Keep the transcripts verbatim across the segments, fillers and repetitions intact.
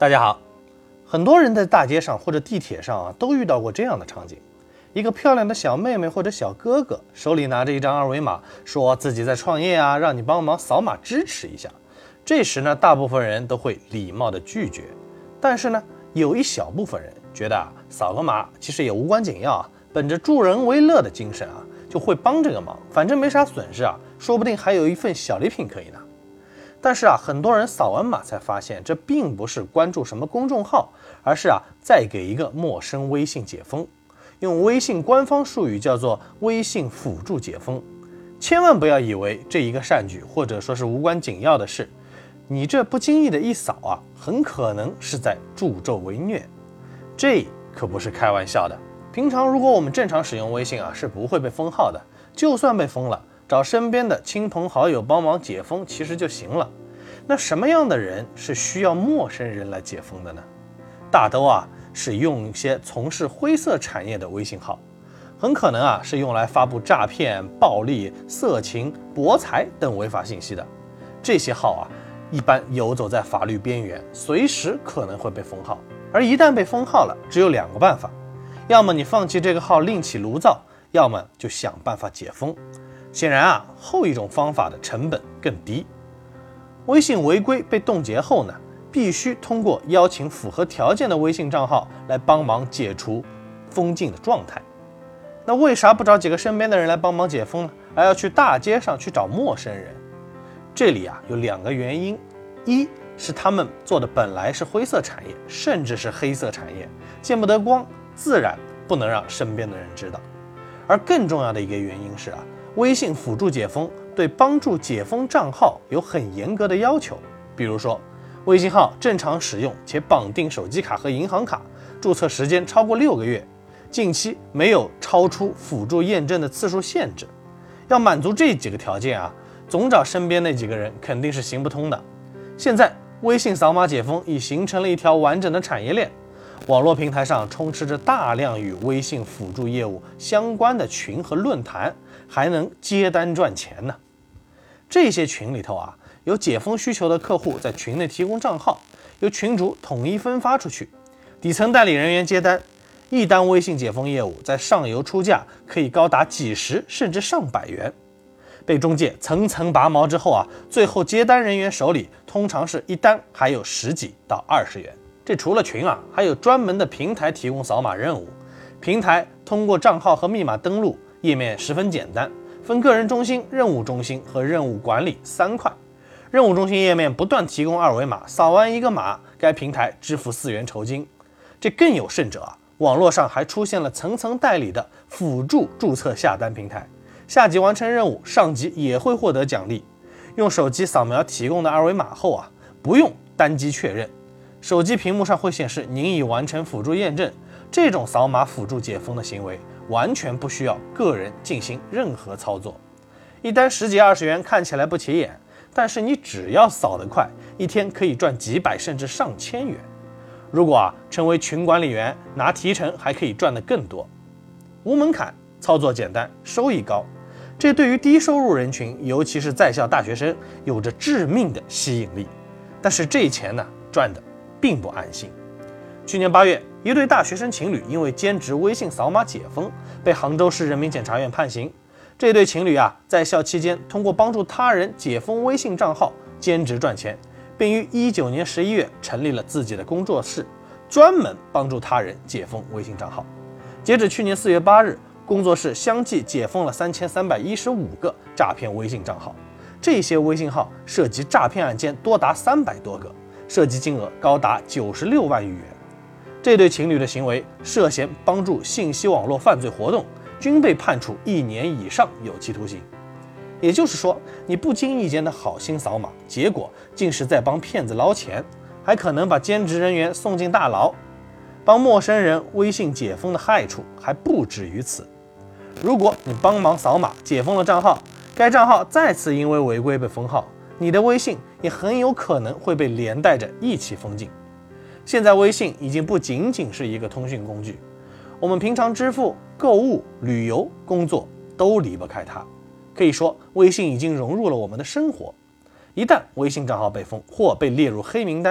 大家好，很多人在大街上或者地铁上啊，都遇到过这样的场景：一个漂亮的小妹妹或者小哥哥手里拿着一张二维码，说自己在创业啊，让你帮忙扫码支持一下。这时呢，大部分人都会礼貌的拒绝，但是呢，有一小部分人觉得啊，扫个码其实也无关紧要啊，本着助人为乐的精神啊，就会帮这个忙，反正没啥损失啊，说不定还有一份小礼品可以拿。但是啊，很多人扫完码才发现，这并不是关注什么公众号，而是啊，再给一个陌生微信解封，用微信官方术语叫做微信辅助解封。千万不要以为这一个善举或者说是无关紧要的事，你这不经意的一扫啊，很可能是在助纣为虐，这可不是开玩笑的。平常如果我们正常使用微信啊，是不会被封号的，就算被封了，找身边的亲朋好友帮忙解封其实就行了。那什么样的人是需要陌生人来解封的呢？大都啊是用一些从事灰色产业的微信号，很可能啊是用来发布诈骗、暴力、色情、博彩等违法信息的。这些号啊一般游走在法律边缘，随时可能会被封号。而一旦被封号了，只有两个办法，要么你放弃这个号另起炉灶，要么就想办法解封。显然啊，后一种方法的成本更低。微信违规被冻结后呢，必须通过邀请符合条件的微信账号来帮忙解除封禁的状态。那为啥不找几个身边的人来帮忙解封呢？而要去大街上去找陌生人？这里啊有两个原因，一是他们做的本来是灰色产业，甚至是黑色产业，见不得光，自然不能让身边的人知道。而更重要的一个原因是啊，微信辅助解封对帮助解封账号有很严格的要求，比如说微信号正常使用且绑定手机卡和银行卡，注册时间超过六个月，近期没有超出辅助验证的次数限制。要满足这几个条件啊，总找身边那几个人肯定是行不通的。现在微信扫码解封已形成了一条完整的产业链，网络平台上充斥着大量与微信辅助业务相关的群和论坛，还能接单赚钱呢。这些群里头啊，有解封需求的客户在群内提供账号，由群主统一分发出去，底层代理人员接单。一单微信解封业务在上游出价可以高达几十甚至上百元，被中介层层拔毛之后啊，最后接单人员手里通常是一单还有十几到二十元。这除了群啊，还有专门的平台提供扫码任务。平台通过账号和密码登录，页面十分简单，分个人中心、任务中心和任务管理三块。任务中心页面不断提供二维码，扫完一个码，该平台支付四元酬金。这更有甚者啊，网络上还出现了层层代理的辅助注册下单平台，下级完成任务，上级也会获得奖励。用手机扫描提供的二维码后啊，不用单击确认，手机屏幕上会显示您已完成辅助验证。这种扫码辅助解封的行为完全不需要个人进行任何操作。一单十几二十元看起来不起眼，但是你只要扫得快，一天可以赚几百甚至上千元。如果啊成为群管理员，拿提成还可以赚得更多。无门槛，操作简单，收益高，这对于低收入人群，尤其是在校大学生，有着致命的吸引力。但是这钱呢，赚的并不安心。去年八月，一对大学生情侣因为兼职微信扫码解封，被杭州市人民检察院判刑。这对情侣啊，在校期间通过帮助他人解封微信账号兼职赚钱，并于一九年十一月成立了自己的工作室，专门帮助他人解封微信账号。截止去年四月八日，工作室相继解封了三千三百一十五个诈骗微信账号，这些微信号涉及诈骗案件多达三百多个，涉及金额高达九十六万余元。这对情侣的行为涉嫌帮助信息网络犯罪活动，均被判处一年以上有期徒刑。也就是说，你不经意间的好心扫码，结果竟是在帮骗子捞钱，还可能把兼职人员送进大牢。帮陌生人微信解封的害处还不止于此。如果你帮忙扫码解封了账号，该账号再次因为违规被封号，你的微信也很有可能会被连带着一起封禁。现在微信已经不仅仅是一个通讯工具，我们平常支付、购物、旅游、工作都离不开它。可以说，微信已经融入了我们的生活。一旦微信账号被封或被列入黑名单，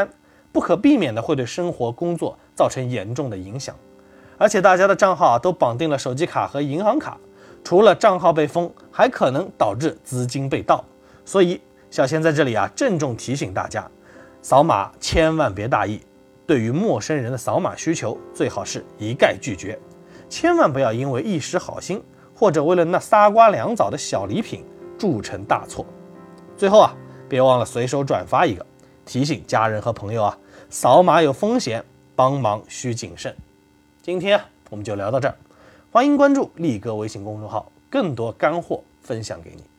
不可避免的会对生活工作造成严重的影响。而且大家的账号都绑定了手机卡和银行卡，除了账号被封，还可能导致资金被盗。所以小仙在这里啊，郑重提醒大家，扫码千万别大意，对于陌生人的扫码需求，最好是一概拒绝，千万不要因为一时好心，或者为了那仨瓜两枣的小礼品，铸成大错。最后啊，别忘了随手转发一个，提醒家人和朋友啊，扫码有风险，帮忙需谨慎。今天啊，我们就聊到这儿，欢迎关注力哥微信公众号，更多干货分享给你。